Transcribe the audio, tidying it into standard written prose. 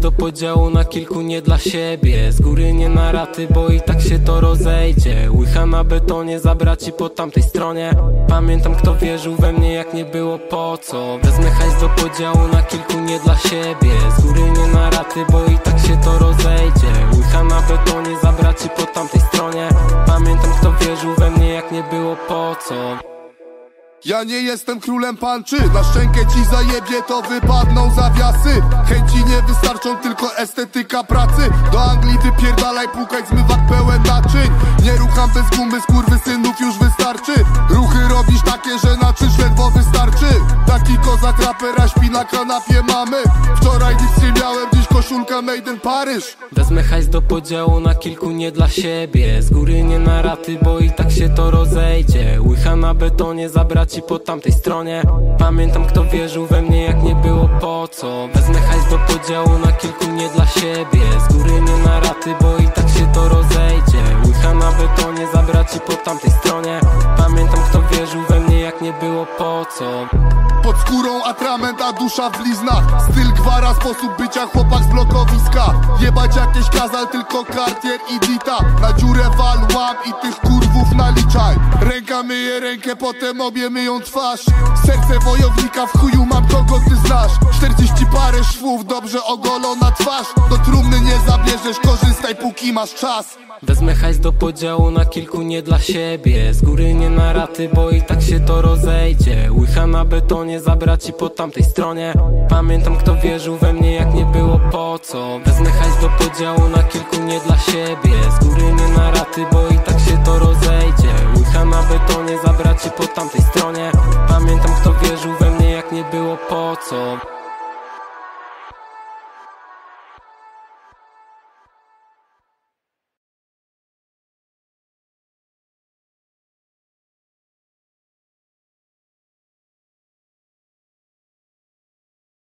do podziału na kilku, nie dla siebie. Z góry nie na raty, bo i tak się to rozejdzie. Łycha na betonie, zabraci po tamtej stronie. Pamiętam, kto wierzył we mnie, jak nie było po co. Wezmę hajs do podziału na kilku, nie dla siebie. Z góry nie na raty, bo i tak się to rozejdzie. Łycha na betonie, zabraci po tamtej stronie. Pamiętam, kto wierzył we mnie, jak nie było po co. Ja nie jestem królem panczy, na szczękę ci zajebie, to wypadną zawiasy. Chęci nie wystarczą, tylko estetyka pracy. Do Anglii wypierdalaj, płukać zmywak pełen naczyń. Nie rucham bez gumy, skurwysynów już wystarczy. Ruchy robisz takie, że na czynsz ledwo wystarczy. Taki kozak rapera śpi na kanapie mamy. Wczoraj nic nie miałem, dziś koszulka made in Paryż. Wezmę hajs do podziału na kilku, nie dla siebie. Z góry nie na raty, bo i tak się to rozejdzie. Łycha na betonie, zabraci po tamtej stronie. Pamiętam, kto wierzył we mnie, jak nie było po co. Wezmę hajs do podziału na kilku, nie dla siebie. Z góry nie na raty, bo i tak się to rozejdzie. Łycha na betonie, zabraci po tamtej stronie. Pamiętam, kto wierzył we mnie, jak nie było po co. Pod skórą atrament, a dusza w bliznach. Styl gwara, sposób bycia chłopak z blokowiska. Jebać jakieś kazal, tylko Cartier i Dita. Na dziurę wal, łam i tych kurwów naliczaj. Ręka myje rękę, potem obie myją twarz. Serce wojownika, w chuju mam, kogo ty znasz. 40 parę szwów, dobrze ogolona twarz. Do trumny nie zabierzesz, korzystaj póki masz czas. Wezmę hajs do podziału na kilku, nie dla siebie. Z góry nie na raty, bo i tak się to rozejdzie. Łycha na betonie, zabraci po tamtej stronie. Pamiętam, kto wierzył we mnie, jak nie było po co. Wezmę hajs do podziału na kilku, nie dla siebie. Z góry nie na raty, bo i tak się to rozejdzie. Łycha na betonie, zabraci po tamtej stronie.